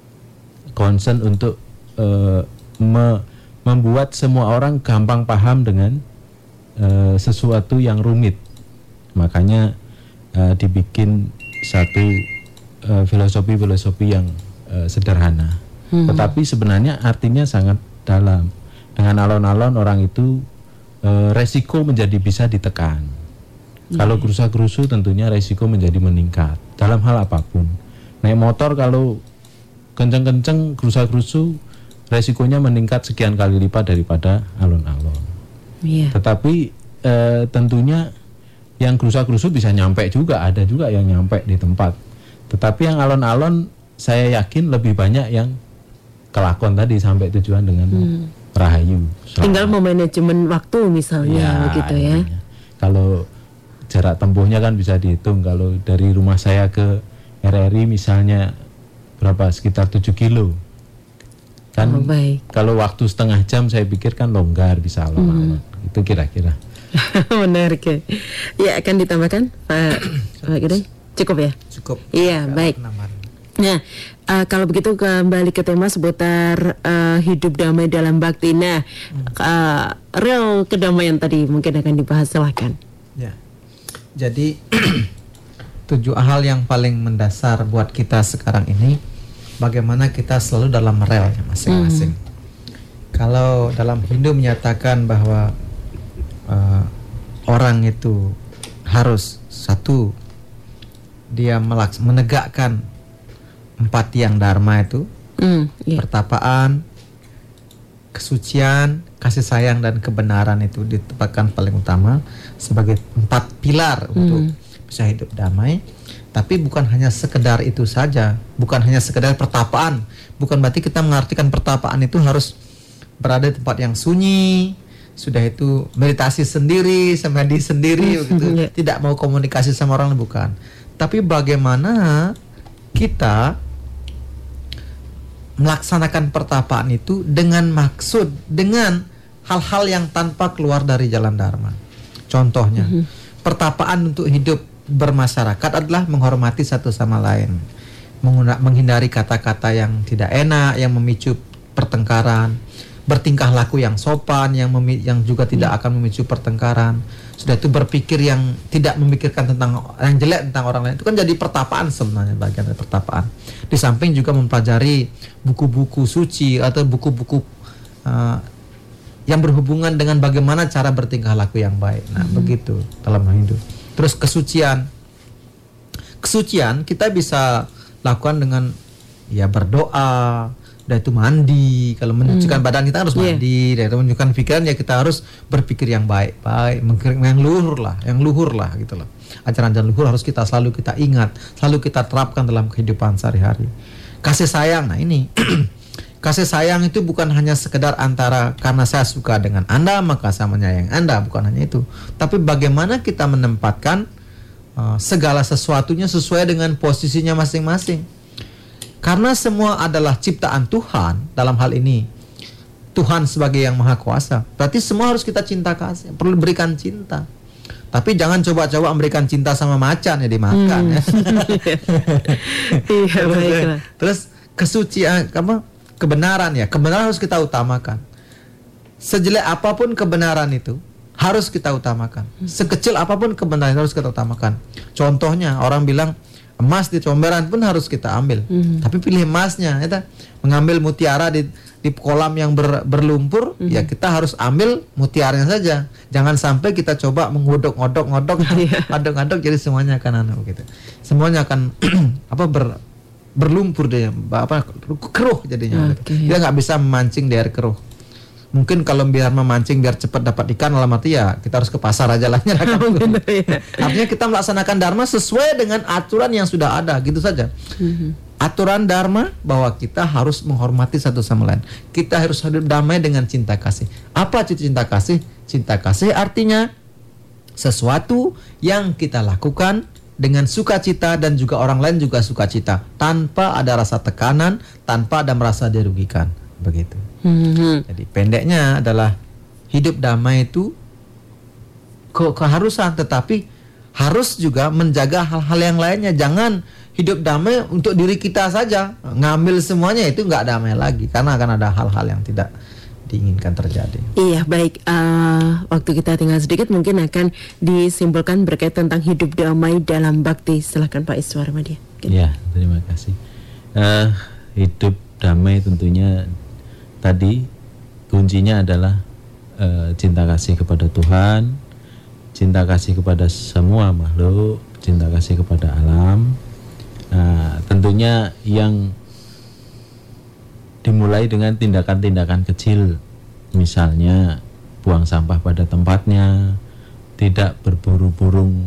C: concern untuk uh, me, membuat semua orang gampang paham dengan uh, sesuatu yang rumit. Makanya uh, dibikin satu uh, filosofi-filosofi yang uh, sederhana. Hmm. Tetapi sebenarnya artinya sangat dalam. Dengan alon-alon orang itu uh, resiko menjadi bisa ditekan. Hmm. Kalau gerusa-gerusu tentunya resiko menjadi meningkat dalam hal apapun. Naik motor kalau kenceng-kenceng gerusa-gerusu resikonya meningkat sekian kali lipat daripada alon-alon. Yeah. Tetapi e, tentunya yang gerusa-gerusu bisa nyampe juga, ada juga yang nyampe di tempat. Tetapi yang alon-alon saya yakin lebih banyak yang kelakon tadi sampai tujuan dengan hmm. rahayu. Selamat.
A: Tinggal memanajemen waktu misalnya ya, begitu ya. Iya. Kalau
C: jarak tempuhnya kan bisa dihitung. Kalau dari rumah saya ke R R I misalnya berapa, sekitar tujuh kilo kan. Oh, baik. Kalau waktu setengah jam saya pikir kan longgar bisa alon-alon. Hmm. Itu kira-kira.
A: Menarik ya. Ya, akan ditambahkan Pak Pak Gede? Cukup ya?
B: Cukup.
A: Iya, baik. Nah, uh, kalau begitu kembali ke tema seputar uh, hidup damai dalam bakti. Nah, uh, real kedamaian tadi mungkin akan dibahas, silakan.
B: Ya. Jadi tujuh hal yang paling mendasar buat kita sekarang ini, bagaimana kita selalu dalam rel masing-masing. Hmm. Kalau dalam Hindu menyatakan bahwa uh, orang itu harus satu, dia melaks- menegakkan empat tiang dharma itu, mm, yeah. pertapaan, kesucian, kasih sayang dan kebenaran itu ditempatkan paling utama sebagai empat pilar mm. untuk bisa hidup damai. Tapi bukan hanya sekedar itu saja, bukan hanya sekedar pertapaan, bukan berarti kita mengartikan pertapaan itu harus berada di tempat yang sunyi, sudah itu meditasi sendiri, samadhi sendiri, begitu. Yeah. Tidak mau komunikasi sama orang, bukan. Tapi bagaimana kita melaksanakan pertapaan itu dengan maksud, dengan hal-hal yang tanpa keluar dari jalan dharma. Contohnya, mm-hmm. pertapaan untuk hidup bermasyarakat adalah menghormati satu sama lain, menghindari kata-kata yang tidak enak, yang memicu pertengkaran, bertingkah laku yang sopan, yang memi- yang juga tidak akan memicu pertengkaran. Sudah itu berpikir yang tidak memikirkan tentang yang jelek tentang orang lain. Itu kan jadi pertapaan sebenarnya, bagian dari pertapaan. Di samping juga mempelajari buku-buku suci atau buku-buku uh, yang berhubungan dengan bagaimana cara bertingkah laku yang baik. Nah, hmm. begitu dalam Hindu. Terus kesucian. Kesucian kita bisa lakukan dengan ya berdoa, dan itu mandi. Kalau mencucikan hmm. badan kita harus yeah. mandi. Dan itu menunjukkan pikiran ya kita harus berpikir yang baik-baik, yang luhur lah, yang luhur lah gitu loh. Ajaran-ajaran luhur harus kita selalu kita ingat, selalu kita terapkan dalam kehidupan sehari-hari. Kasih sayang, nah ini kasih sayang itu bukan hanya sekedar antara karena saya suka dengan Anda maka saya menyayangi Anda, bukan hanya itu. Tapi bagaimana kita menempatkan uh, segala sesuatunya sesuai dengan posisinya masing-masing. Karena semua adalah ciptaan Tuhan dalam hal ini. Tuhan sebagai yang maha kuasa. Berarti semua harus kita cinta kasih, perlu berikan cinta. Tapi jangan coba-coba memberikan cinta sama macan ya dimakan hmm. ya. Iya, baiklah. Terus kesucian apa? Kebenaran ya. Kebenaran harus kita utamakan. Sejelek apapun kebenaran itu harus kita utamakan. Sekecil apapun kebenaran harus kita utamakan. Contohnya orang bilang emas di comberan pun harus kita ambil, mm-hmm. tapi pilih emasnya, ya, mengambil mutiara di di kolam yang ber, berlumpur, mm-hmm. ya kita harus ambil mutiaranya saja. Jangan sampai kita coba menggodok-ngodok-ngodok, ngodok-ngodok jadi semuanya akan anu gitu. Semuanya akan apa ber, berlumpur deh, apa keruh jadinya. Okay. Kita nggak bisa memancing di air keruh. Mungkin kalau biar memancing biar cepat dapat ikan, dalam arti ya kita harus ke pasar aja lah nyerahkan. Artinya kita melaksanakan dharma sesuai dengan aturan yang sudah ada, gitu saja. Mm-hmm. Aturan dharma bahwa kita harus menghormati satu sama lain. Kita harus hidup damai dengan cinta kasih. Apa itu cinta kasih? Cinta kasih artinya sesuatu yang kita lakukan dengan sukacita dan juga orang lain juga sukacita, tanpa ada rasa tekanan, tanpa ada merasa dirugikan, begitu. Hmm. Jadi pendeknya adalah hidup damai itu ke keharusan, tetapi harus juga menjaga hal-hal yang lainnya. Jangan hidup damai untuk diri kita saja, ngambil semuanya, itu nggak damai lagi, karena akan ada hal-hal yang tidak diinginkan terjadi.
A: Iya, baik. Uh, waktu kita tinggal sedikit, mungkin akan disimpulkan berkaitan tentang hidup damai dalam bakti. Silakan Pak Iswara Madya.
C: Ya, terima kasih. Uh, hidup damai tentunya tadi kuncinya adalah uh, cinta kasih kepada Tuhan, cinta kasih kepada semua makhluk, cinta kasih kepada alam. Nah, tentunya yang dimulai dengan tindakan-tindakan kecil, misalnya buang sampah pada tempatnya, tidak berburu burung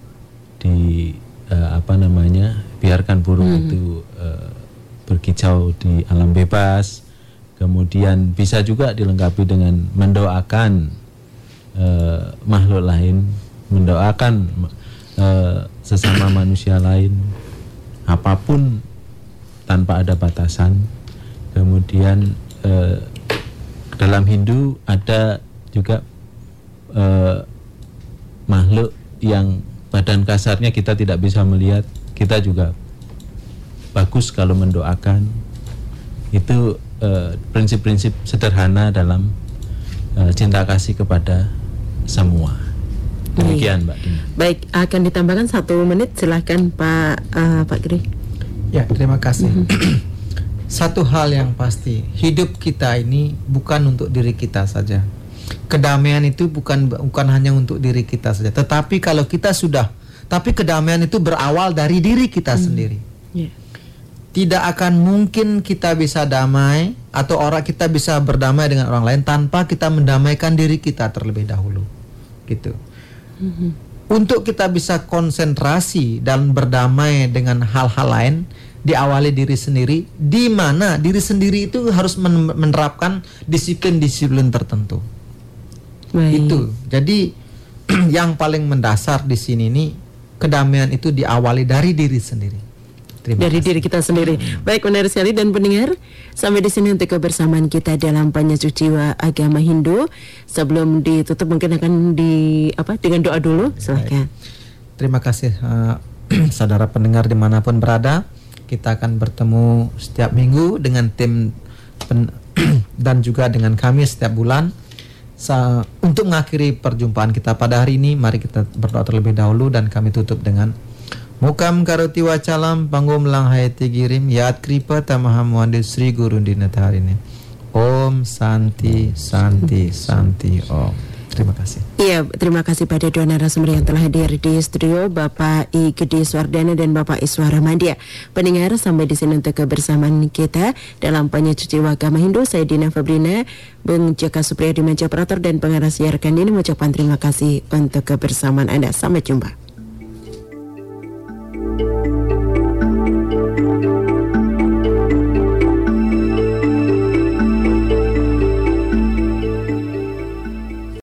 C: di uh, apa namanya, biarkan burung hmm. itu uh, berkicau di alam bebas. Kemudian bisa juga dilengkapi dengan mendoakan uh, makhluk lain, mendoakan uh, sesama manusia lain, apapun tanpa ada batasan. Kemudian uh, dalam Hindu ada juga uh, makhluk yang badan kasarnya kita tidak bisa melihat, kita juga bagus kalau mendoakan. Itu Uh, prinsip-prinsip sederhana dalam uh, cinta kasih kepada semua. Demikian, Mbak Dina.
A: Baik, akan ditambahkan satu menit, silahkan Pak uh, Pak Giri.
B: Ya, terima kasih. Mm-hmm. Satu hal yang pasti, hidup kita ini bukan untuk diri kita saja. Kedamaian itu bukan bukan hanya untuk diri kita saja. Tetapi kalau kita sudah, tapi kedamaian itu berawal dari diri kita mm. sendiri. Yeah. Tidak akan mungkin kita bisa damai atau orang kita bisa berdamai dengan orang lain tanpa kita mendamaikan diri kita terlebih dahulu, gitu. Mm-hmm. Untuk kita bisa konsentrasi dan berdamai dengan hal-hal lain, diawali diri sendiri, di mana diri sendiri itu harus menerapkan disiplin-disiplin tertentu. Baik. Itu. Jadi yang paling mendasar di sini nih, kedamaian itu diawali dari diri sendiri. Terima
A: dari kasih. Diri kita sendiri. Baik, benar sekali. Dan pendengar, sampai di sini untuk kebersamaan kita dalam Penyucuk Jiwa Agama Hindu. Sebelum ditutup mungkin akan di apa dengan doa dulu. Silakan.
B: Terima kasih uh, saudara pendengar dimanapun berada. Kita akan bertemu setiap minggu dengan tim pen, dan juga dengan kami setiap bulan. Sa, untuk mengakhiri perjumpaan kita pada hari ini, mari kita berdoa terlebih dahulu dan kami tutup dengan Mukam karoti wacalam panggum lang hayati girim yat kripa tamaham wande Sri Guru Dinatarini. Om Santi Santi Santi Om. Terima kasih.
A: Iya, terima kasih pada dua narasumber yang telah hadir di studio, Bapak I Gede Swardana dan Bapak Iswara Madya. Pendengar, sampai di sini untuk kebersamaan kita dalam Penyucuk Jiwa Agama Hindu. Saya Dina Fabrina, Bung Jaka Supriya di meja operator dan pengarah siarkan ini mengucapkan terima kasih untuk kebersamaan Anda. Sampai jumpa.